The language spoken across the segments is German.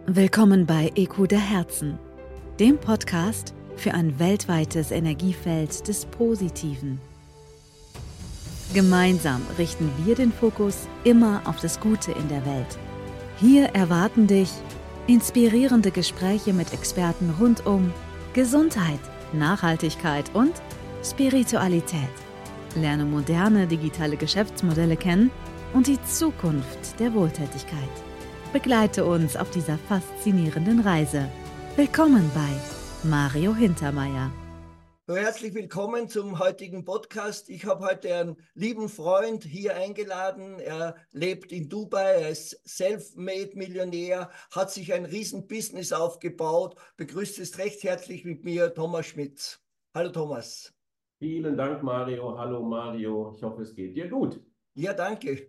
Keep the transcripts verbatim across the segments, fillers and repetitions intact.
Willkommen bei E Q der Herzen, dem Podcast für ein weltweites Energiefeld des Positiven. Gemeinsam richten wir den Fokus immer auf das Gute in der Welt. Hier erwarten dich inspirierende Gespräche mit Experten rund um Gesundheit, Nachhaltigkeit und Spiritualität. Lerne moderne digitale Geschäftsmodelle kennen und die Zukunft der Wohltätigkeit. Begleite uns auf dieser faszinierenden Reise. Willkommen bei Mario Hintermeier. Herzlich willkommen zum heutigen Podcast. Ich habe heute einen lieben Freund hier eingeladen. Er lebt in Dubai, er ist Self-Made-Millionär, hat sich ein Riesen-Business aufgebaut. Begrüßt es recht herzlich mit mir, Thomas Schmitz. Hallo Thomas. Vielen Dank, Mario. Hallo Mario. Ich hoffe, es geht dir gut. Ja, danke.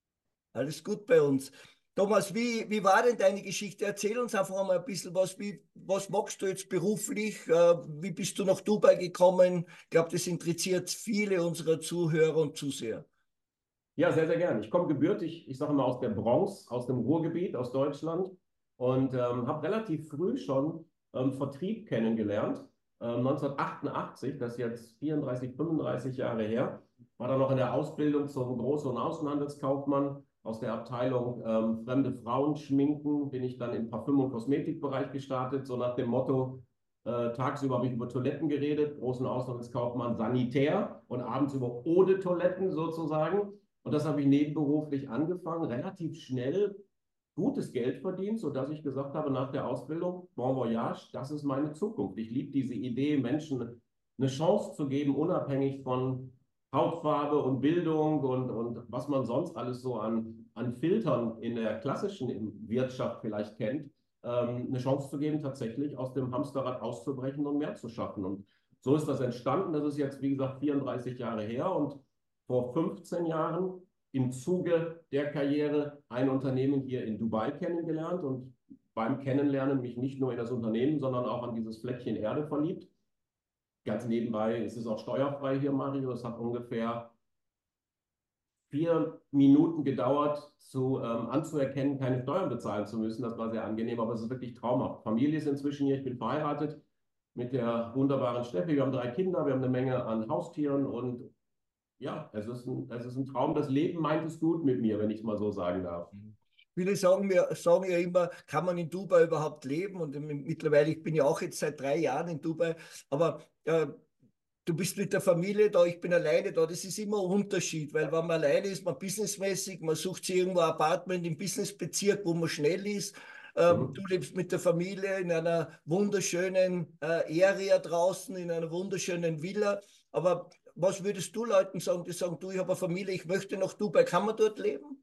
Alles gut bei uns. Thomas, wie, wie war denn deine Geschichte? Erzähl uns einfach mal ein bisschen was. Wie, was machst du jetzt beruflich? Äh, wie bist du nach Dubai gekommen? Ich glaube, das interessiert viele unserer Zuhörer und Zuseher. Ja, sehr, sehr gern. Ich komme gebürtig, ich sage mal, aus der Bronx, aus dem Ruhrgebiet, aus Deutschland und ähm, habe relativ früh schon ähm, Vertrieb kennengelernt. Ähm, neunzehnhundertachtundachtzig, das ist jetzt vierunddreißig, fünfunddreißig Jahre her, war dann noch in der Ausbildung zum Groß- und Außenhandelskaufmann. Aus der Abteilung ähm, fremde Frauen schminken bin ich dann im Parfüm- und Kosmetikbereich gestartet, so nach dem Motto, äh, tagsüber habe ich über Toiletten geredet, großen Auslandskaufmann Sanitär und abends über Eau-de-Toiletten sozusagen. Und das habe ich nebenberuflich angefangen, relativ schnell gutes Geld verdient, sodass ich gesagt habe nach der Ausbildung, Bon Voyage, das ist meine Zukunft. Ich liebe diese Idee, Menschen eine Chance zu geben, unabhängig von Hautfarbe und Bildung und, und was man sonst alles so an, an Filtern in der klassischen Wirtschaft vielleicht kennt, ähm, eine Chance zu geben, tatsächlich aus dem Hamsterrad auszubrechen und mehr zu schaffen. Und so ist das entstanden. Das ist jetzt, wie gesagt, vierunddreißig Jahre her und vor fünfzehn Jahren im Zuge der Karriere ein Unternehmen hier in Dubai kennengelernt und beim Kennenlernen mich nicht nur in das Unternehmen, sondern auch an dieses Fleckchen Erde verliebt. Ganz nebenbei ist es auch steuerfrei hier, Mario. Es hat ungefähr vier Minuten gedauert, zu, ähm, anzuerkennen, keine Steuern bezahlen zu müssen. Das war sehr angenehm, aber es ist wirklich traumhaft. Familie ist inzwischen hier. Ich bin verheiratet mit der wunderbaren Steffi. Wir haben drei Kinder, wir haben eine Menge an Haustieren und ja, es ist ein, es ist ein Traum. Das Leben meint es gut mit mir, wenn ich es mal so sagen darf. Viele sagen mir, sagen ja immer, kann man in Dubai überhaupt leben? Und mittlerweile, ich bin ja auch jetzt seit drei Jahren in Dubai, aber äh, du bist mit der Familie da, ich bin alleine da, das ist immer ein Unterschied, weil wenn man alleine ist, man businessmäßig, man sucht sich irgendwo ein Apartment im Businessbezirk, wo man schnell ist. Ähm, Mhm. du lebst mit der Familie in einer wunderschönen äh, Area draußen, in einer wunderschönen Villa. Aber was würdest du Leuten sagen, die sagen, du, ich habe eine Familie, ich möchte nach Dubai, kann man dort leben?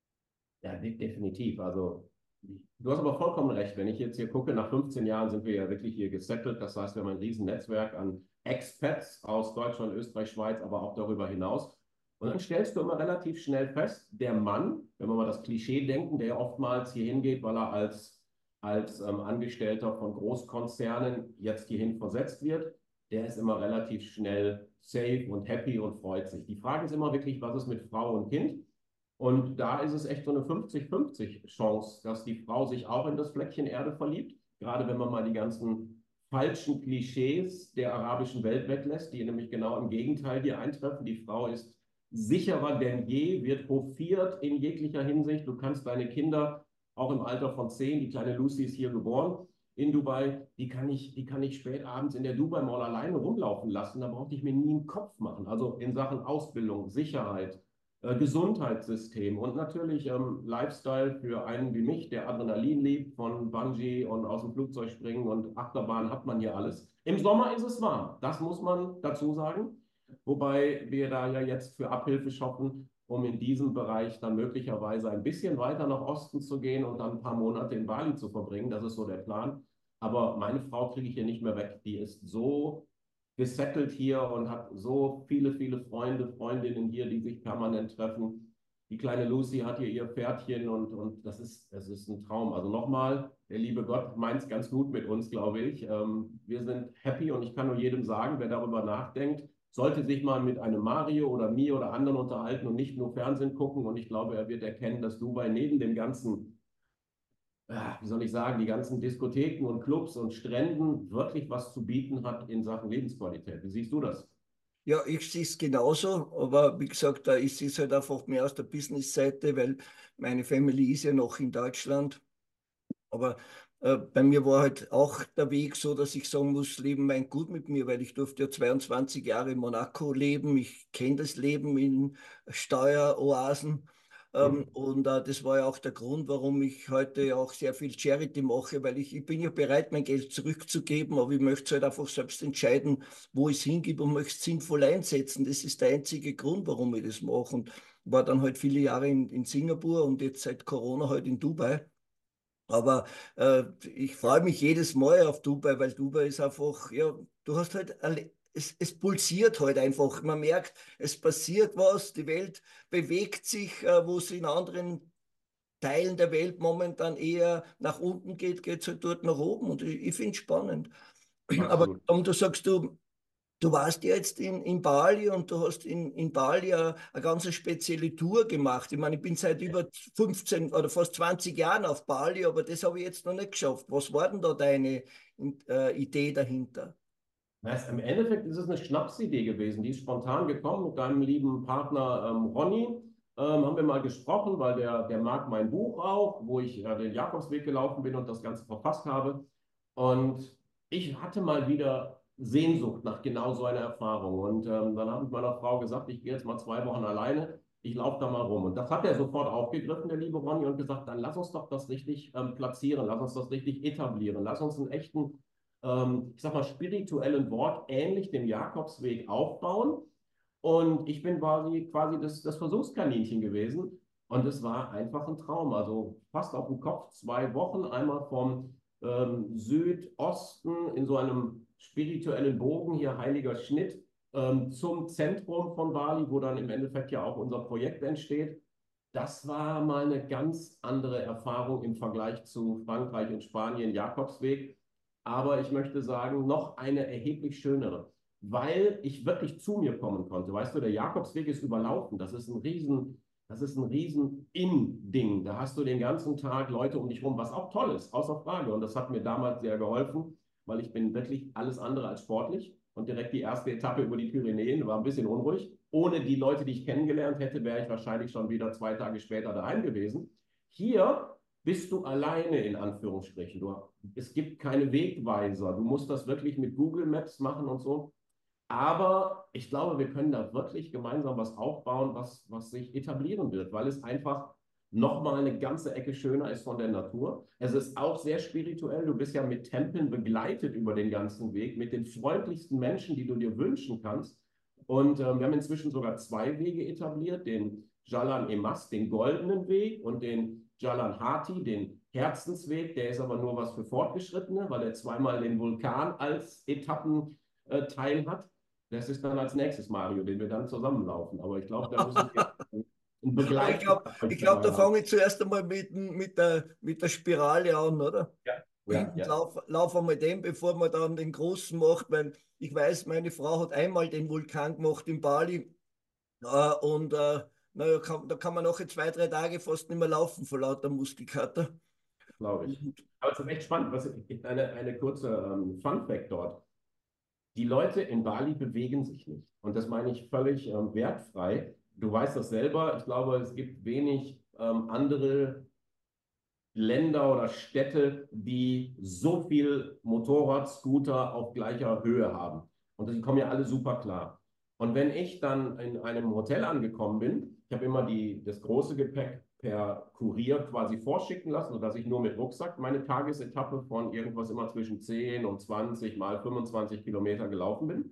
Ja, de- definitiv. Also, du hast aber vollkommen recht. Wenn ich jetzt hier gucke, nach fünfzehn Jahren sind wir ja wirklich hier gesettelt. Das heißt, wir haben ein riesen Netzwerk an Expats aus Deutschland, Österreich, Schweiz, aber auch darüber hinaus. Und dann stellst du immer relativ schnell fest, der Mann, wenn wir mal das Klischee denken, der oftmals hier hingeht, weil er als, als ähm, Angestellter von Großkonzernen jetzt hierhin versetzt wird, der ist immer relativ schnell safe und happy und freut sich. Die Frage ist immer wirklich, was ist mit Frau und Kind? Und da ist es echt so eine fünfzig fünfzig Chance, dass die Frau sich auch in das Fleckchen Erde verliebt. Gerade wenn man mal die ganzen falschen Klischees der arabischen Welt weglässt, die nämlich genau im Gegenteil hier eintreffen. Die Frau ist sicherer denn je, wird hofiert in jeglicher Hinsicht. Du kannst deine Kinder auch im Alter von zehn, die kleine Lucy ist hier geboren in Dubai, die kann ich, die kann ich spät abends in der Dubai Mall alleine rumlaufen lassen. Da brauchte ich mir nie einen Kopf machen. Also in Sachen Ausbildung, Sicherheit, äh, Gesundheitssystem und natürlich ähm, Lifestyle für einen wie mich, der Adrenalin liebt, von Bungee und aus dem Flugzeug springen und Achterbahn hat man hier alles. Im Sommer ist es warm, das muss man dazu sagen. Wobei wir da ja jetzt für Abhilfe shoppen, um in diesem Bereich dann möglicherweise ein bisschen weiter nach Osten zu gehen und dann ein paar Monate in Bali zu verbringen. Das ist so der Plan. Aber meine Frau kriege ich hier nicht mehr weg. Die ist so gesettelt hier und hat so viele, viele Freunde, Freundinnen hier, die sich permanent treffen. Die kleine Lucy hat hier ihr Pferdchen und, und das ist, das ist ein Traum. Also nochmal, der liebe Gott meint es ganz gut mit uns, glaube ich. Ähm, wir sind happy und ich kann nur jedem sagen, wer darüber nachdenkt, sollte sich mal mit einem Mario oder mir oder anderen unterhalten und nicht nur Fernsehen gucken. Und ich glaube, er wird erkennen, dass Dubai neben dem ganzen wie soll ich sagen, die ganzen Diskotheken und Clubs und Stränden wirklich was zu bieten hat in Sachen Lebensqualität. Wie siehst du das? Ja, ich sehe es genauso, aber wie gesagt, da ist es halt einfach mehr aus der Business-Seite, weil meine Family ist ja noch in Deutschland. Aber äh, bei mir war halt auch der Weg so, dass ich sagen muss, Leben meint gut mit mir, weil ich durfte ja zweiundzwanzig Jahre in Monaco leben. Ich kenne das Leben in Steueroasen. Ähm, Hm? und äh, das war ja auch der Grund, warum ich heute ja auch sehr viel Charity mache, weil ich, ich bin ja bereit, mein Geld zurückzugeben, aber ich möchte es halt einfach selbst entscheiden, wo ich es hingebe und möchte es sinnvoll einsetzen. Das ist der einzige Grund, warum ich das mache. Und war dann halt viele Jahre in, in Singapur und jetzt seit Corona halt in Dubai. Aber äh, ich freue mich jedes Mal auf Dubai, weil Dubai ist einfach, ja, du hast halt, alle- es, es pulsiert halt einfach. Man merkt, es passiert was, die Welt bewegt sich, äh, wo es in anderen Teilen der Welt momentan eher nach unten geht, geht es halt dort nach oben. Und ich, ich finde es spannend. Aber Absolut. um, du sagst, du, du warst ja jetzt in, in Bali und du hast in, in Bali eine, eine ganz spezielle Tour gemacht. Ich meine, ich bin seit über fünfzehn oder fast zwanzig Jahren auf Bali, aber das habe ich jetzt noch nicht geschafft. Was war denn da deine äh, Idee dahinter? Das, im Endeffekt ist es eine Schnapsidee gewesen. Die ist spontan gekommen mit deinem lieben Partner ähm, Ronny. Ähm, haben wir mal gesprochen, weil der, der mag mein Buch auch, wo ich äh, den Jakobsweg gelaufen bin und das Ganze verfasst habe. Und ich hatte mal wieder Sehnsucht nach genau so einer Erfahrung. Und ähm, dann habe ich meiner Frau gesagt, ich gehe jetzt mal zwei Wochen alleine, ich laufe da mal rum. Und das hat er sofort aufgegriffen, der liebe Ronny, und gesagt, dann lass uns doch das richtig ähm, platzieren, lass uns das richtig etablieren, lass uns einen echten ähm, ich sag mal, spirituellen Wort ähnlich dem Jakobsweg aufbauen. Und ich bin quasi, quasi das, das Versuchskaninchen gewesen. Und es war einfach ein Traum. Also fast auf den Kopf, zwei Wochen, einmal vom ähm, Südosten in so einem spirituellen Bogen, hier heiliger Schnitt, ähm, zum Zentrum von Bali, wo dann im Endeffekt ja auch unser Projekt entsteht. Das war mal eine ganz andere Erfahrung im Vergleich zu Frankreich und Spanien, Jakobsweg. Aber ich möchte sagen, noch eine erheblich schönere, weil ich wirklich zu mir kommen konnte. Weißt du, der Jakobsweg ist überlaufen. Das ist ein riesen, das ist ein riesen In-Ding. Da hast du den ganzen Tag Leute um dich rum, was auch toll ist, außer Frage. Und das hat mir damals sehr geholfen, weil ich bin wirklich alles andere als sportlich. Und direkt die erste Etappe über die Pyrenäen war ein bisschen unruhig. Ohne die Leute, die ich kennengelernt hätte, wäre ich wahrscheinlich schon wieder zwei Tage später daheim gewesen. Hier bist du alleine in Anführungsstrichen. Du, es gibt keine Wegweiser. Du musst das wirklich mit Google Maps machen und so. Aber ich glaube, wir können da wirklich gemeinsam was aufbauen, was, was sich etablieren wird, weil es einfach nochmal eine ganze Ecke schöner ist von der Natur. Es ist auch sehr spirituell. Du bist ja mit Tempeln begleitet über den ganzen Weg, mit den freundlichsten Menschen, die du dir wünschen kannst. Und äh, wir haben inzwischen sogar zwei Wege etabliert, den Jalan Emas, den goldenen Weg, und den Jalan Hati, den Herzensweg. Der ist aber nur was für Fortgeschrittene, weil er zweimal den Vulkan als Etappenteil hat. Das ist dann als nächstes Mario, den wir dann zusammenlaufen. Aber ich glaube, da müssen wir ein Aber ich glaube, Begleiter ich euch glaub, dabei da haben. fange ich zuerst einmal mit, mit, der, mit der Spirale an, oder? Ja, ja, Und ja, lauf, lauf einmal den, bevor man dann den großen macht, weil ich weiß, meine Frau hat einmal den Vulkan gemacht in Bali äh, und äh, naja, kann, da kann man nachher zwei, drei Tage fast nicht mehr laufen vor lauter Muskelkater. glaube ich. Und, Aber es ist echt spannend. Was, eine, eine kurze ähm, Fun-Fact dort. Die Leute in Bali bewegen sich nicht. Und das meine ich völlig ähm, wertfrei. Du weißt das selber. Ich glaube, es gibt wenig ähm, andere Länder oder Städte, die so viel Motorrad, Scooter auf gleicher Höhe haben. Und die kommen ja alle super klar. Und wenn ich dann in einem Hotel angekommen bin, ich habe immer die, das große Gepäck per Kurier quasi vorschicken lassen, sodass ich nur mit Rucksack meine Tagesetappe von irgendwas immer zwischen zehn und zwanzig mal fünfundzwanzig Kilometer gelaufen bin.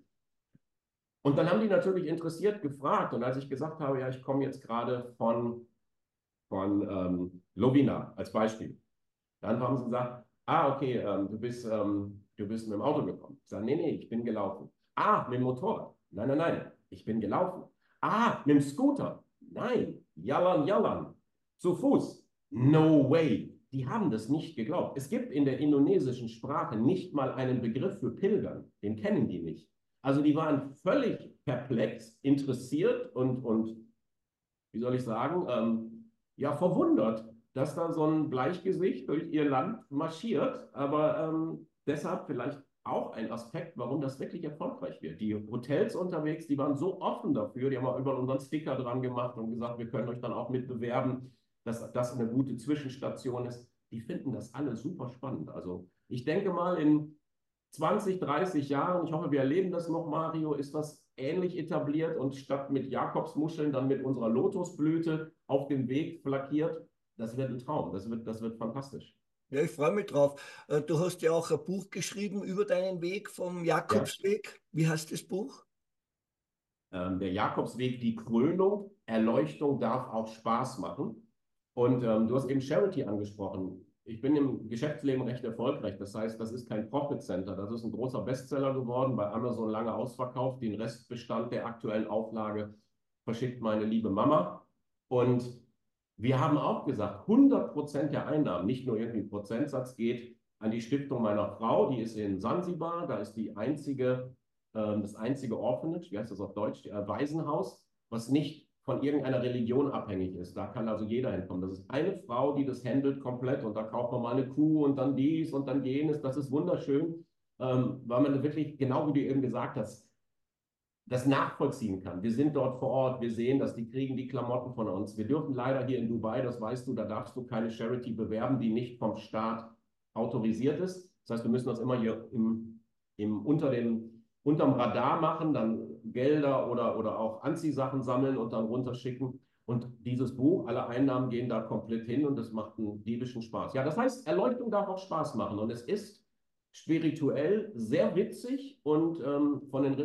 Und dann haben die natürlich interessiert gefragt. Und als ich gesagt habe, ja, ich komme jetzt gerade von, von ähm, Lovina als Beispiel, dann haben sie gesagt, ah, okay, ähm, du bist, ähm, du bist mit dem Auto gekommen. Ich sage, nee, nee, ich bin gelaufen. Ah, mit dem Motorrad. Nein, nein, nein, ich bin gelaufen. Ah, mit dem Scooter. Nein, Jalan, Jalan. Zu Fuß. No way. Die haben das nicht geglaubt. Es gibt in der indonesischen Sprache nicht mal einen Begriff für Pilgern. Den kennen die nicht. Also die waren völlig perplex, interessiert und, und wie soll ich sagen, ähm, ja, verwundert, dass da so ein Bleichgesicht durch ihr Land marschiert, aber ähm, deshalb vielleicht auch ein Aspekt, warum das wirklich erfolgreich wird. Die Hotels unterwegs, die waren so offen dafür, die haben auch überall unseren Sticker dran gemacht und gesagt, wir können euch dann auch mit bewerben, dass das eine gute Zwischenstation ist. Die finden das alle super spannend. Also ich denke mal, in zwanzig, dreißig Jahren, ich hoffe, wir erleben das noch, Mario, ist das ähnlich etabliert und statt mit Jakobsmuscheln dann mit unserer Lotusblüte auf dem Weg flankiert. Das wird ein Traum, das wird, das wird fantastisch. Ja, ich freue mich drauf. Äh, Du hast ja auch ein Buch geschrieben über deinen Weg vom Ja. Jakobsweg. Wie heißt das Buch? Ähm, der Jakobsweg, die Krönung, Erleuchtung darf auch Spaß machen. Und ähm, du hast eben Charity angesprochen. Ich bin im Geschäftsleben recht erfolgreich. Das heißt, das ist kein Profit Center. Das ist ein großer Bestseller geworden, bei Amazon lange ausverkauft. Den Restbestand der aktuellen Auflage verschickt meine liebe Mama. Und wir haben auch gesagt, hundert Prozent der Einnahmen, nicht nur irgendwie ein Prozentsatz, geht an die Stiftung meiner Frau. Die ist in Sansibar. Da ist die einzige das einzige Orphanage, wie heißt das auf Deutsch, äh, Waisenhaus, was nicht von irgendeiner Religion abhängig ist. Da kann also jeder hinkommen. Das ist eine Frau, die das handelt komplett und da kauft man mal eine Kuh und dann dies und dann jenes. Das ist wunderschön, ähm, weil man wirklich, genau wie du eben gesagt hast, das nachvollziehen kann. Wir sind dort vor Ort, wir sehen das, die kriegen die Klamotten von uns. Wir dürfen leider hier in Dubai, das weißt du, da darfst du keine Charity bewerben, die nicht vom Staat autorisiert ist. Das heißt, wir müssen das immer hier im, im, unter dem unterm Radar machen, dann Gelder oder, oder auch Anziehsachen sammeln und dann runterschicken. Und dieses Buch, alle Einnahmen gehen da komplett hin und das macht einen diebischen Spaß. Ja, das heißt, Erleuchtung darf auch Spaß machen. Und es ist spirituell sehr witzig und ähm, von den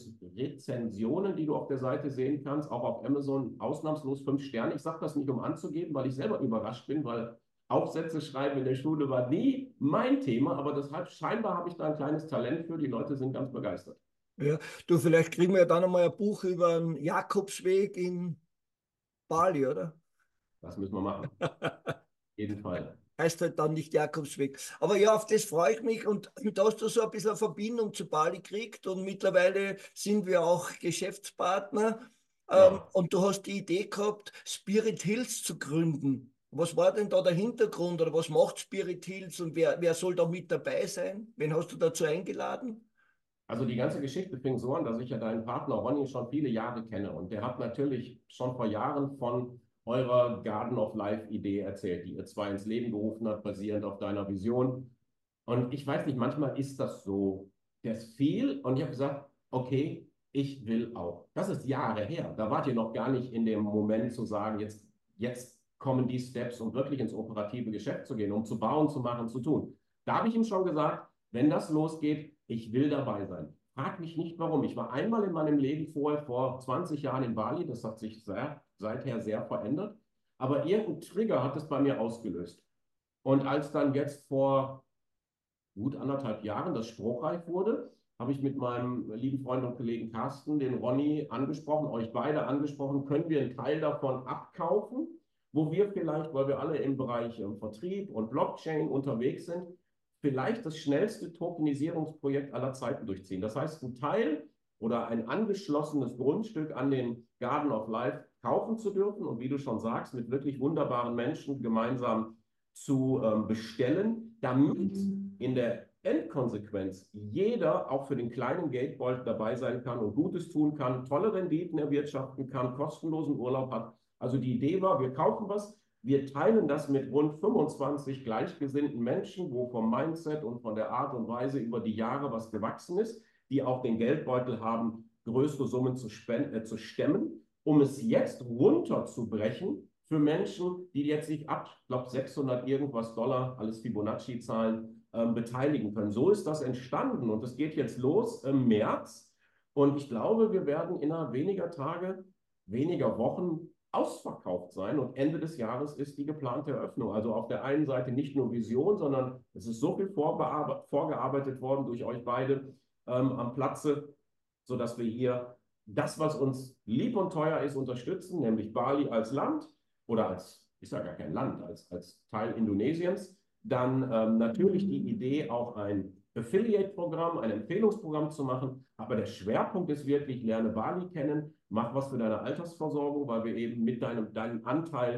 Rezensionen, die du auf der Seite sehen kannst, auch auf Amazon, ausnahmslos fünf Sterne. Ich sage das nicht, um anzugeben, weil ich selber überrascht bin, weil Aufsätze schreiben in der Schule war nie mein Thema, aber deshalb scheinbar habe ich da ein kleines Talent für. Die Leute sind ganz begeistert. Ja, du, vielleicht kriegen wir ja dann einmal ein Buch über den Jakobsweg in Bali, oder? Das müssen wir machen. Jeden Fall. Heißt halt dann nicht Jakobsweg. Aber ja, auf das freue ich mich und da hast du so ein bisschen eine Verbindung zu Bali gekriegt und mittlerweile sind wir auch Geschäftspartner. Ähm, Ja. und du hast die Idee gehabt, Spirit Hills zu gründen. Was war denn da der Hintergrund oder was macht Spirit Hills und wer, wer soll da mit dabei sein? Wen hast du dazu eingeladen? Also die ganze Geschichte fing so an, dass ich ja deinen Partner Ronny schon viele Jahre kenne und der hat natürlich schon vor Jahren von eurer Garden of Life Idee erzählt, die ihr zwei ins Leben gerufen habt, basierend auf deiner Vision. Und ich weiß nicht, manchmal ist das so, das viel und ich habe gesagt, okay, ich will auch. Das ist Jahre her. Da wart ihr noch gar nicht in dem Moment zu sagen, jetzt, jetzt kommen die Steps, um wirklich ins operative Geschäft zu gehen, um zu bauen, zu machen, zu tun. Da habe ich ihm schon gesagt, wenn das losgeht, ich will dabei sein. Frag mich nicht, warum. Ich war einmal in meinem Leben vorher, vor zwanzig Jahren in Bali. Das hat sich sehr, seither sehr verändert. Aber irgendein Trigger hat es bei mir ausgelöst. Und als dann jetzt vor gut anderthalb Jahren das spruchreif wurde, habe ich mit meinem lieben Freund und Kollegen Carsten, den Ronny, angesprochen, euch beide angesprochen, können wir einen Teil davon abkaufen, wo wir vielleicht, weil wir alle im Bereich Vertrieb und Blockchain unterwegs sind, vielleicht das schnellste Tokenisierungsprojekt aller Zeiten durchziehen. Das heißt, ein Teil oder ein angeschlossenes Grundstück an den Garden of Life kaufen zu dürfen und wie du schon sagst, mit wirklich wunderbaren Menschen gemeinsam zu ähm, bestellen, damit in der Endkonsequenz jeder auch für den kleinen Geldbeutel dabei sein kann und Gutes tun kann, tolle Renditen erwirtschaften kann, kostenlosen Urlaub hat. Also die Idee war, wir kaufen was, wir teilen das mit rund fünfundzwanzig gleichgesinnten Menschen, wo vom Mindset und von der Art und Weise über die Jahre was gewachsen ist, die auch den Geldbeutel haben, größere Summen zu, spenden, äh, zu stemmen, um es jetzt runterzubrechen für Menschen, die jetzt sich ab, ich glaube, sechshundert irgendwas Dollar, alles Fibonacci-Zahlen, ähm, beteiligen können. So ist das entstanden und es geht jetzt los im März und ich glaube, wir werden innerhalb weniger Tage, weniger Wochen ausverkauft sein und Ende des Jahres ist die geplante Eröffnung. Also auf der einen Seite nicht nur Vision, sondern es ist so viel vorgearbeitet worden durch euch beide ähm, am Platze, sodass wir hier das, was uns lieb und teuer ist, unterstützen, nämlich Bali als Land oder als, ich sage gar kein Land, als, als Teil Indonesiens. Dann ähm, natürlich die Idee, auch ein Affiliate-Programm, ein Empfehlungsprogramm zu machen. Aber der Schwerpunkt ist wirklich, lerne Bali kennen, mach was für deine Altersversorgung, weil wir eben mit deinem, deinem Anteil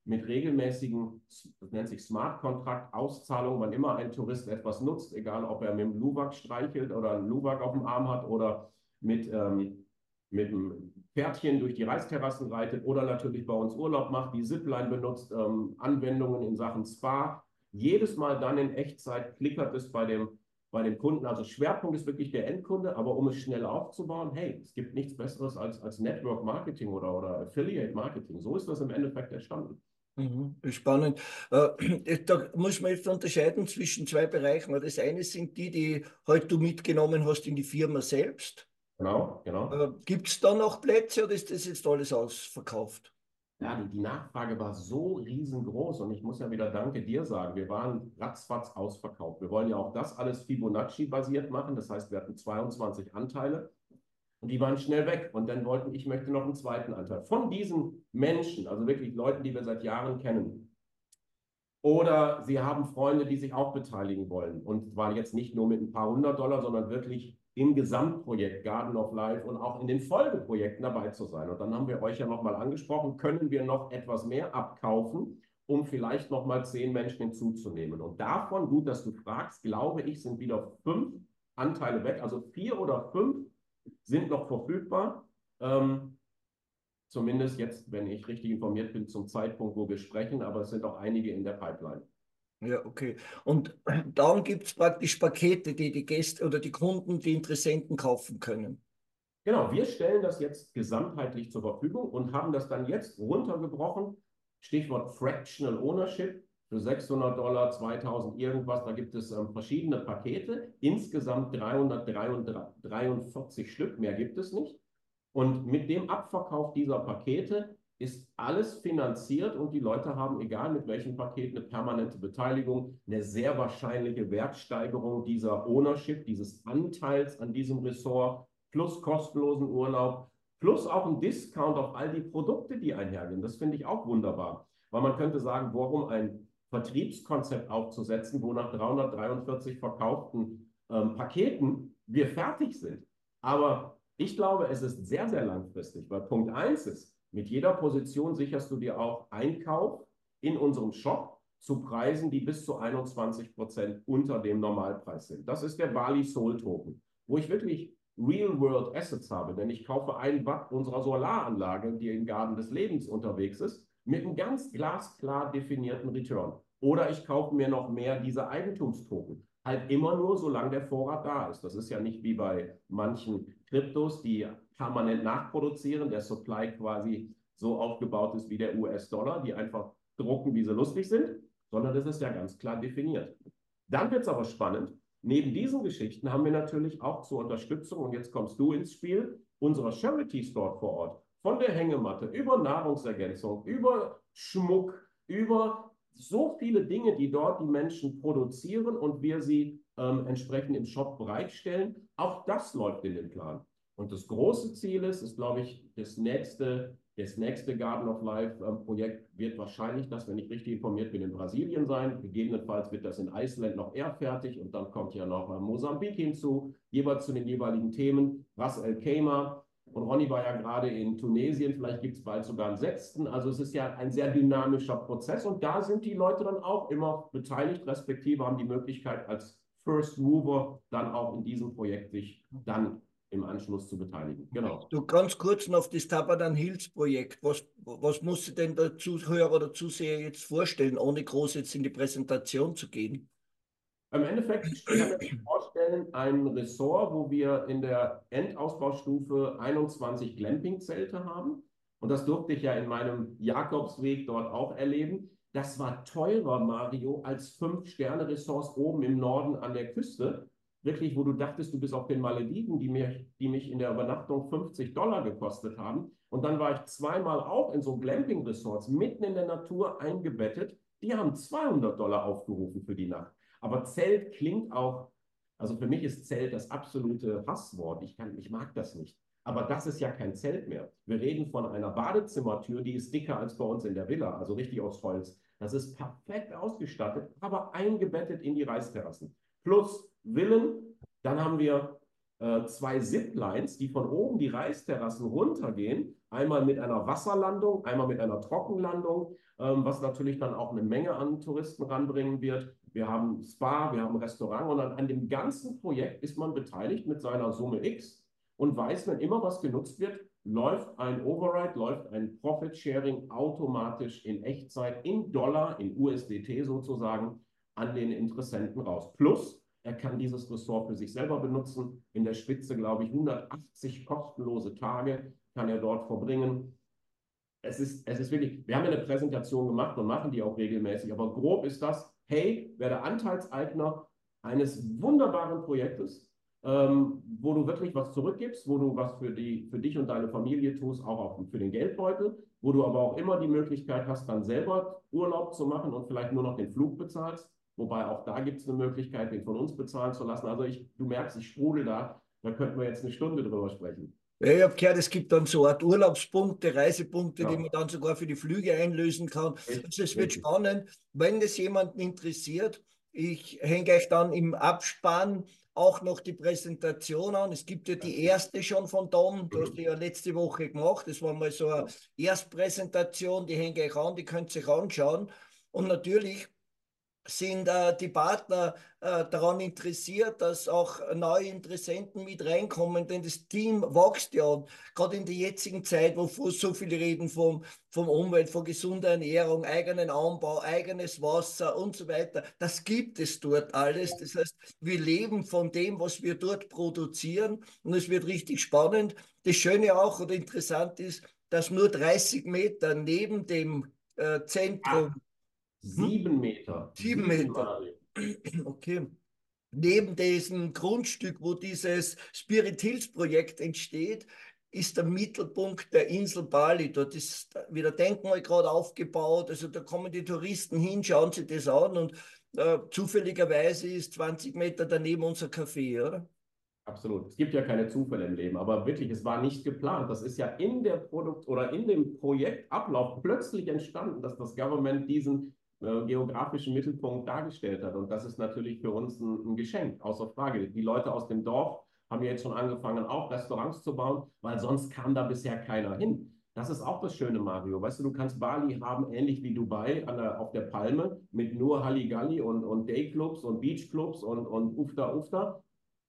mit regelmäßigen, das nennt sich Smart Contract, Auszahlungen, wann immer ein Tourist etwas nutzt, egal ob er mit dem Luwak streichelt oder einen Luwak auf dem Arm hat oder mit, ähm, mit einem Pferdchen durch die Reisterrassen reitet oder natürlich bei uns Urlaub macht, die Zipline benutzt, ähm, Anwendungen in Sachen Spa. Jedes Mal dann in Echtzeit klickert es bei dem, bei dem Kunden. Also Schwerpunkt ist wirklich der Endkunde, aber um es schnell aufzubauen, hey, es gibt nichts Besseres als, als Network Marketing oder, oder Affiliate Marketing. So ist das im Endeffekt entstanden. Mhm, spannend. Äh, da muss man jetzt unterscheiden zwischen zwei Bereichen. Das eine sind die, die halt du mitgenommen hast in die Firma selbst. Genau, genau. Äh, Gibt es da noch Plätze oder ist das jetzt alles ausverkauft? Ja, die, die Nachfrage war so riesengroß und ich muss ja wieder Danke dir sagen, wir waren ratzfatz ausverkauft. Wir wollen ja auch das alles Fibonacci-basiert machen, das heißt, wir hatten zweiundzwanzig Anteile und die waren schnell weg und dann wollten, ich möchte noch einen zweiten Anteil. Von diesen Menschen, also wirklich Leuten, die wir seit Jahren kennen, oder sie haben Freunde, die sich auch beteiligen wollen und zwar jetzt nicht nur mit ein paar hundert Dollar, sondern wirklich im Gesamtprojekt Garden of Life und auch in den Folgeprojekten dabei zu sein. Und dann haben wir euch ja nochmal angesprochen, können wir noch etwas mehr abkaufen, um vielleicht nochmal zehn Menschen hinzuzunehmen. Und davon, gut, dass du fragst, glaube ich, sind wieder fünf Anteile weg. Also vier oder fünf sind noch verfügbar. Ähm, zumindest jetzt, wenn ich richtig informiert bin, zum Zeitpunkt, wo wir sprechen, aber es sind auch einige in der Pipeline. Ja, okay. Und dann gibt es praktisch Pakete, die die Gäste oder die Kunden, die Interessenten kaufen können. Genau, wir stellen das jetzt gesamtheitlich zur Verfügung und haben das dann jetzt runtergebrochen. Stichwort Fractional Ownership für sechshundert Dollar, zweitausend irgendwas. Da gibt es ähm, verschiedene Pakete. Insgesamt dreihundertdreiundvierzig Stück, mehr gibt es nicht. Und mit dem Abverkauf dieser Pakete ist alles finanziert und die Leute haben, egal mit welchem Paket, eine permanente Beteiligung, eine sehr wahrscheinliche Wertsteigerung dieser Ownership, dieses Anteils an diesem Ressort, plus kostenlosen Urlaub, plus auch ein Discount auf all die Produkte, die einhergehen. Das finde ich auch wunderbar, weil man könnte sagen, warum ein Vertriebskonzept aufzusetzen, wo nach dreihundertdreiundvierzig verkauften ähm, Paketen wir fertig sind. Aber ich glaube, es ist sehr, sehr langfristig, weil Punkt eins ist, mit jeder Position sicherst du dir auch Einkauf in unserem Shop zu Preisen, die bis zu einundzwanzig Prozent unter dem Normalpreis sind. Das ist der Bali Soul Token, wo ich wirklich Real-World Assets habe, denn ich kaufe ein Watt unserer Solaranlage, die im Garten des Lebens unterwegs ist, mit einem ganz glasklar definierten Return. Oder ich kaufe mir noch mehr dieser Eigentumstoken. Halt immer nur, solange der Vorrat da ist. Das ist ja nicht wie bei manchen Kryptos, die permanent nachproduzieren, der Supply quasi so aufgebaut ist wie der U S-Dollar, die einfach drucken, wie sie lustig sind, sondern das ist ja ganz klar definiert. Dann wird es aber spannend. Neben diesen Geschichten haben wir natürlich auch zur Unterstützung, und jetzt kommst du ins Spiel, unserer Charity Store vor Ort. Von der Hängematte über Nahrungsergänzung, über Schmuck, über so viele Dinge, die dort die Menschen produzieren und wir sie ähm, entsprechend im Shop bereitstellen. Auch das läuft in den Plan. Und das große Ziel ist, ist glaube ich, das nächste, das nächste Garden of Life ähm, Projekt wird wahrscheinlich das, wenn ich richtig informiert bin, in Brasilien sein. Gegebenenfalls wird das in Island noch eher fertig und dann kommt ja noch äh, Mosambik hinzu, jeweils zu den jeweiligen Themen. Ras El Khaimah. Und Ronny war ja gerade in Tunesien, vielleicht gibt es bald sogar einen sechsten. Also es ist ja ein sehr dynamischer Prozess und da sind die Leute dann auch immer beteiligt, respektive haben die Möglichkeit als First Mover dann auch in diesem Projekt sich dann im Anschluss zu beteiligen. Genau. Du, ganz kurz noch auf das Tabadan Hills Projekt. Was, was muss sich denn der Zuhörer oder Zuseher jetzt vorstellen, ohne groß jetzt in die Präsentation zu gehen? Im Endeffekt kann man sich vorstellen, ein Ressort, wo wir in der Endausbaustufe einundzwanzig Glamping-Zelte haben. Und das durfte ich ja in meinem Jakobsweg dort auch erleben. Das war teurer, Mario, als Fünf-Sterne-Ressorts oben im Norden an der Küste. Wirklich, wo du dachtest, du bist auf den Malediven, die mich, die mich in der Übernachtung fünfzig Dollar gekostet haben. Und dann war ich zweimal auch in so Glamping-Ressorts mitten in der Natur eingebettet. Die haben zweihundert Dollar aufgerufen für die Nacht. Aber Zelt klingt auch, also für mich ist Zelt das absolute Hasswort. Ich kann, ich mag das nicht. Aber das ist ja kein Zelt mehr. Wir reden von einer Badezimmertür, die ist dicker als bei uns in der Villa, also richtig aus Holz. Das ist perfekt ausgestattet, aber eingebettet in die Reisterrassen. Plus Villen, dann haben wir äh, zwei Ziplines, die von oben die Reisterrassen runtergehen, einmal mit einer Wasserlandung, einmal mit einer Trockenlandung, ähm, was natürlich dann auch eine Menge an Touristen ranbringen wird. Wir haben Spa, wir haben Restaurant und an, an dem ganzen Projekt ist man beteiligt mit seiner Summe X und weiß, wenn immer was genutzt wird, läuft ein Override, läuft ein Profit-Sharing automatisch in Echtzeit in Dollar, in U S D T sozusagen, an den Interessenten raus. Plus, er kann dieses Ressort für sich selber benutzen. In der Spitze, glaube ich, hundertachtzig kostenlose Tage kann er dort verbringen. Es ist, es ist wirklich, wir haben ja eine Präsentation gemacht und machen die auch regelmäßig, aber grob ist das, hey, werde Anteilseigner eines wunderbaren Projektes, ähm, wo du wirklich was zurückgibst, wo du was für, die, für dich und deine Familie tust, auch, auch für den Geldbeutel, wo du aber auch immer die Möglichkeit hast, dann selber Urlaub zu machen und vielleicht nur noch den Flug bezahlst. Wobei auch da gibt es eine Möglichkeit, den von uns bezahlen zu lassen. Also ich, du merkst, ich sprudel da, da könnten wir jetzt eine Stunde drüber sprechen. Ja, ich habe gehört, es gibt dann so eine Art Urlaubspunkte, Reisepunkte, die man Ja, dann sogar für die Flüge einlösen kann. richtig, Also es wird richtig. spannend, wenn es jemanden interessiert. Ich hänge euch dann im Abspann auch noch die Präsentation an. Es gibt ja die erste schon von Tom, du hast die Mhm. ja letzte Woche gemacht. Das war mal so eine Ja. Erstpräsentation, die hänge ich an, die könnt ihr euch anschauen. Und natürlich sind äh, die Partner äh, daran interessiert, dass auch neue Interessenten mit reinkommen, denn das Team wächst ja. Und gerade in der jetzigen Zeit, wo so viele reden vom, vom Umwelt, von gesunder Ernährung, eigenen Anbau, eigenes Wasser und so weiter, das gibt es dort alles. Das heißt, wir leben von dem, was wir dort produzieren und es wird richtig spannend. Das Schöne auch oder interessant ist, dass nur dreißig Meter neben dem äh, Zentrum, Acht, hm? sieben Meter, Sieben sieben Meter. Mario. Okay. Neben diesem Grundstück, wo dieses Spirit Hills Projekt entsteht, ist der Mittelpunkt der Insel Bali. Dort ist wieder Denkmal gerade aufgebaut. Also da kommen die Touristen hin, schauen sich das an und äh, zufälligerweise ist zwanzig Meter daneben unser Café, oder? Absolut. Es gibt ja keine Zufälle im Leben, aber wirklich, es war nicht geplant. Das ist ja in der Produkt oder in dem Projektablauf plötzlich entstanden, dass das Government diesen äh, geografischen Mittelpunkt dargestellt hat. Und das ist natürlich für uns ein, ein Geschenk, außer Frage. Die Leute aus dem Dorf haben ja jetzt schon angefangen, auch Restaurants zu bauen, weil sonst kam da bisher keiner hin. Das ist auch das Schöne, Mario. Weißt du, du kannst Bali haben, ähnlich wie Dubai, an der, auf der Palme, mit nur Halligalli und, und Dayclubs und Beachclubs und, und Ufta Ufta.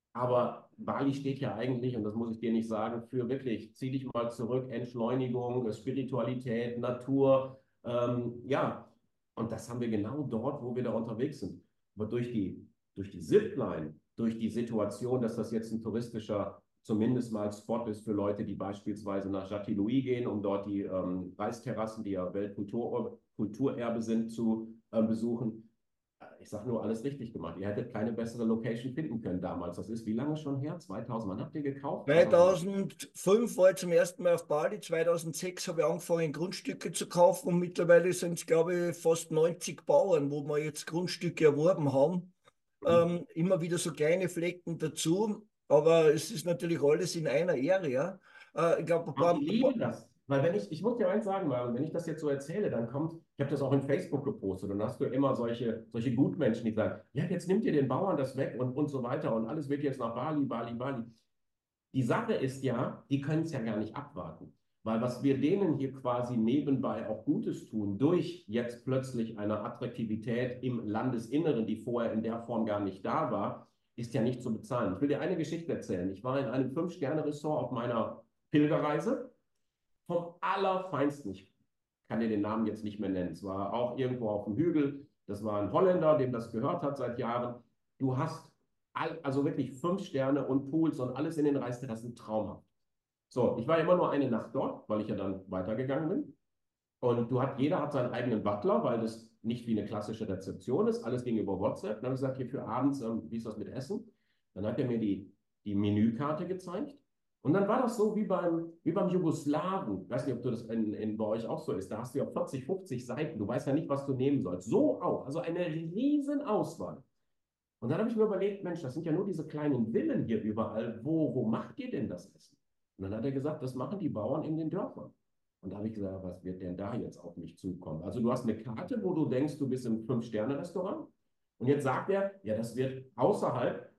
Aber Bali steht ja eigentlich, und das muss ich dir nicht sagen, für wirklich, zieh dich mal zurück, Entschleunigung, Spiritualität, Natur. Ähm, ja, und das haben wir genau dort, wo wir da unterwegs sind. Aber durch die, durch die Zipline, durch die Situation, dass das jetzt ein touristischer, zumindest mal Spot ist für Leute, die beispielsweise nach Jatiluí gehen, um dort die ähm, Reisterrassen, die ja Weltkulturerbe sind, zu äh, besuchen. Ich sage nur, alles richtig gemacht. Ihr hättet keine bessere Location finden können damals. Das ist wie lange schon her? zweitausend. Wann habt ihr gekauft? zweitausend. zweitausendfünf war ich zum ersten Mal auf Bali. zweitausendsechs habe ich angefangen, Grundstücke zu kaufen und mittlerweile sind es, glaube ich, fast neunzig Bauern, wo wir jetzt Grundstücke erworben haben. Mhm. Ähm, immer wieder so kleine Flecken dazu, aber es ist natürlich alles in einer Area. Äh, ich glaube, ein Und paar, ich ein paar, liebe das. Weil wenn ich, ich muss dir eins sagen, Marvin, wenn ich das jetzt so erzähle, dann kommt, ich habe das auch in Facebook gepostet und dann hast du immer solche, solche Gutmenschen, die sagen, ja, jetzt nimmt ihr den Bauern das weg und, und so weiter und alles wird jetzt nach Bali, Bali, Bali. Die Sache ist ja, die können es ja gar nicht abwarten. Weil was wir denen hier quasi nebenbei auch Gutes tun, durch jetzt plötzlich eine Attraktivität im Landesinneren, die vorher in der Form gar nicht da war, ist ja nicht zu bezahlen. Ich will dir eine Geschichte erzählen. Ich war in einem Fünf-Sterne-Ressort auf meiner Pilgerreise vom Allerfeinsten. Ich kann dir den Namen jetzt nicht mehr nennen. Es war auch irgendwo auf dem Hügel. Das war ein Holländer, dem das gehört hat seit Jahren. Du hast all, also wirklich fünf Sterne und Pools und alles in den Reisterrassen traumhaft. So, ich war immer nur eine Nacht dort, weil ich ja dann weitergegangen bin. Und du hat, jeder hat seinen eigenen Butler, weil das nicht wie eine klassische Rezeption ist. Alles ging über WhatsApp. Dann habe ich gesagt, hier für abends, ähm, wie ist das mit Essen? Dann hat er mir die, die Menükarte gezeigt. Und dann war das so wie beim, wie beim Jugoslawen. Ich weiß nicht, ob du das in, in, bei euch auch so ist. Da hast du ja vierzig, fünfzig Seiten. Du weißt ja nicht, was du nehmen sollst. So auch. Also eine riesen Auswahl. Und dann habe ich mir überlegt, Mensch, das sind ja nur diese kleinen Villen hier überall. Wo, wo macht ihr denn das Essen? Und dann hat er gesagt, das machen die Bauern in den Dörfern. Und da habe ich gesagt, was wird denn da jetzt auf mich zukommen? Also du hast eine Karte, wo du denkst, du bist im Fünf-Sterne-Restaurant. Und jetzt sagt er, ja, das wird außerhalb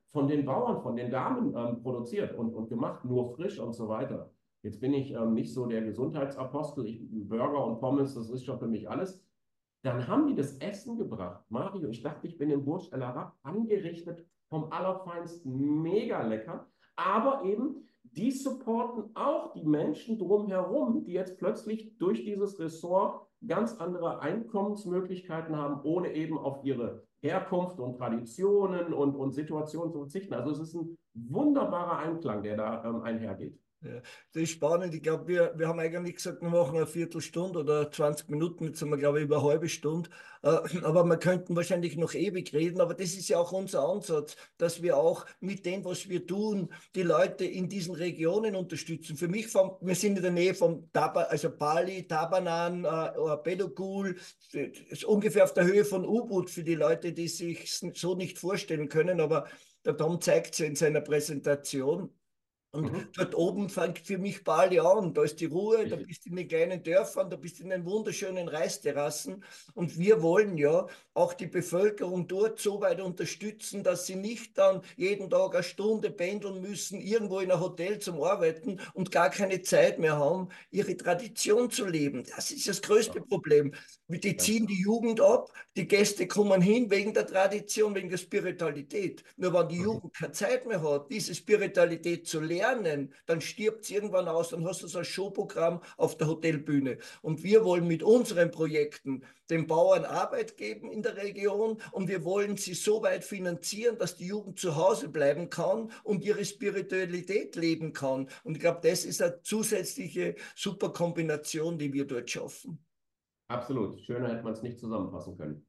von den Bauern, von den Damen ähm, produziert und, und gemacht, nur frisch und so weiter. Jetzt bin ich ähm, nicht so der Gesundheitsapostel, ich, Burger und Pommes, das ist schon für mich alles. Dann haben die das Essen gebracht. Mario, ich dachte, ich bin im Burj Al Arab angerichtet, vom Allerfeinsten, mega lecker. Aber eben, die supporten auch die Menschen drumherum, die jetzt plötzlich durch dieses Ressort ganz andere Einkommensmöglichkeiten haben, ohne eben auf ihre Herkunft und Traditionen und, und Situationen zu verzichten. Also es ist ein wunderbarer Einklang, der da ähm, einhergeht. Ja, das ist spannend. Ich glaube, wir, wir haben eigentlich gesagt, wir machen eine Viertelstunde oder zwanzig Minuten. Jetzt sind wir, glaube ich, über eine halbe Stunde. Äh, aber wir könnten wahrscheinlich noch ewig reden. Aber das ist ja auch unser Ansatz, dass wir auch mit dem, was wir tun, die Leute in diesen Regionen unterstützen. Für mich, vom, wir sind in der Nähe von Taba, also Bali, Tabanan, äh, Bedugul, ist ungefähr auf der Höhe von Ubud für die Leute, die sich so nicht vorstellen können. Aber der Tom zeigt es ja in seiner Präsentation. Und mhm. dort oben fängt für mich Bali an. Da ist die Ruhe, da bist du in den kleinen Dörfern, da bist du in den wunderschönen Reisterrassen. Und wir wollen ja auch die Bevölkerung dort so weit unterstützen, dass sie nicht dann jeden Tag eine Stunde pendeln müssen, irgendwo in ein Hotel zum Arbeiten und gar keine Zeit mehr haben, ihre Tradition zu leben. Das ist das größte ja. Problem. Die ziehen die Jugend ab, die Gäste kommen hin wegen der Tradition, wegen der Spiritualität. Nur wenn die Jugend keine Zeit mehr hat, diese Spiritualität zu lernen, dann stirbt es irgendwann aus, dann hast du so ein Showprogramm auf der Hotelbühne. Und wir wollen mit unseren Projekten den Bauern Arbeit geben in der Region und wir wollen sie so weit finanzieren, dass die Jugend zu Hause bleiben kann und ihre Spiritualität leben kann. Und ich glaube, das ist eine zusätzliche super Kombination, die wir dort schaffen. Absolut. Schöner hätte man es nicht zusammenfassen können.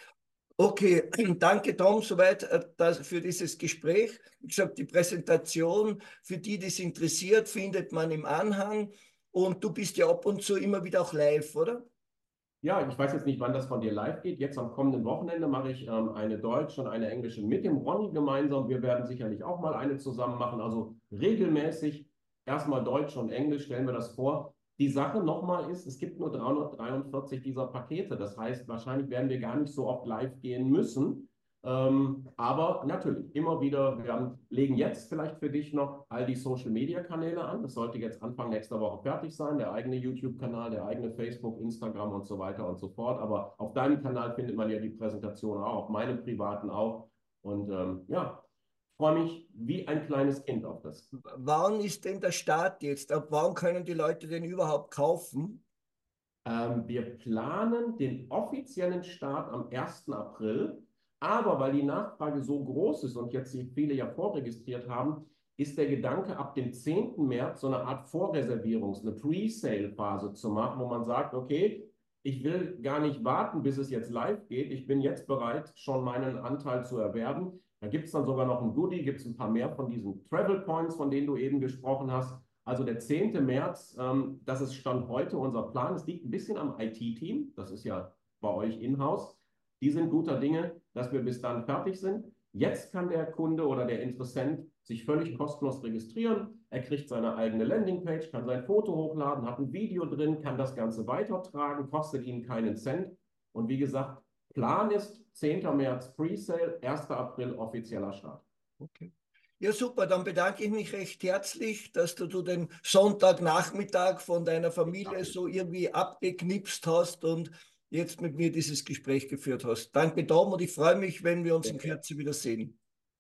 Okay, danke Tom, soweit für dieses Gespräch. Wie gesagt, die Präsentation, für die, die es interessiert, findet man im Anhang. Und du bist ja ab und zu immer wieder auch live, oder? Ja, ich weiß jetzt nicht, wann das von dir live geht. Jetzt am kommenden Wochenende mache ich ähm, eine deutsche und eine englische mit dem Ronny gemeinsam. Wir werden sicherlich auch mal eine zusammen machen. Also regelmäßig erstmal Deutsch und Englisch, stellen wir das vor. Die Sache nochmal ist, es gibt nur dreihundertdreiundvierzig dieser Pakete. Das heißt, wahrscheinlich werden wir gar nicht so oft live gehen müssen. Ähm, aber natürlich, immer wieder, wir haben, legen jetzt vielleicht für dich noch all die Social-Media-Kanäle an. Das sollte jetzt Anfang nächster Woche fertig sein. Der eigene YouTube-Kanal, der eigene Facebook, Instagram und so weiter und so fort. Aber auf deinem Kanal findet man ja die Präsentation auch, auf meinem privaten auch. Und ähm, ja, freue mich wie ein kleines Kind auf das. Wann ist denn der Start jetzt? Ab wann können die Leute den überhaupt kaufen? Ähm, wir planen den offiziellen Start am ersten April. Aber weil die Nachfrage so groß ist und jetzt hier viele ja vorregistriert haben, ist der Gedanke, ab dem zehnten März so eine Art Vorreservierungs-, eine Pre-Sale-Phase zu machen, wo man sagt, okay, ich will gar nicht warten, bis es jetzt live geht. Ich bin jetzt bereit, schon meinen Anteil zu erwerben. Da gibt es dann sogar noch ein Goodie, gibt es ein paar mehr von diesen Travel Points, von denen du eben gesprochen hast. Also der zehnte März, ähm, das ist Stand heute unser Plan. Es liegt ein bisschen am I T-Team, das ist ja bei euch in-house. Die sind guter Dinge, dass wir bis dann fertig sind. Jetzt kann der Kunde oder der Interessent sich völlig kostenlos registrieren. Er kriegt seine eigene Landingpage, kann sein Foto hochladen, hat ein Video drin, kann das Ganze weitertragen, kostet ihn keinen Cent. Und wie gesagt, Plan ist zehnten März Presale, ersten April offizieller Start. Okay. Ja, super. Dann bedanke ich mich recht herzlich, dass du, du den Sonntagnachmittag von deiner Familie so irgendwie abgeknipst hast und jetzt mit mir dieses Gespräch geführt hast. Danke, Tom, und ich freue mich, wenn wir uns in Kürze wiedersehen.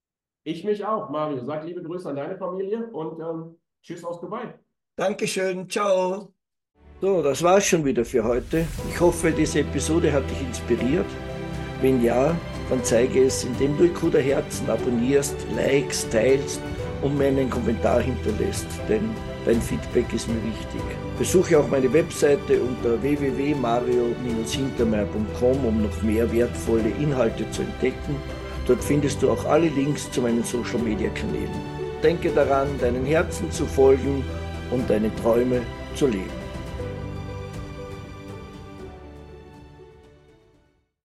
Ich mich auch, Mario. Sag liebe Grüße an deine Familie und ähm, tschüss aus Dubai. Dankeschön, ciao. So, das war's schon wieder für heute. Ich hoffe, diese Episode hat dich inspiriert. Wenn ja, dann zeige es, indem du Ikuda Herzen abonnierst, likest, teilst und mir einen Kommentar hinterlässt, denn dein Feedback ist mir wichtig. Besuche auch meine Webseite unter w w w punkt mario Bindestrich hintermeyer punkt com, um noch mehr wertvolle Inhalte zu entdecken. Dort findest du auch alle Links zu meinen Social-Media-Kanälen. Denke daran, deinen Herzen zu folgen und deine Träume zu leben.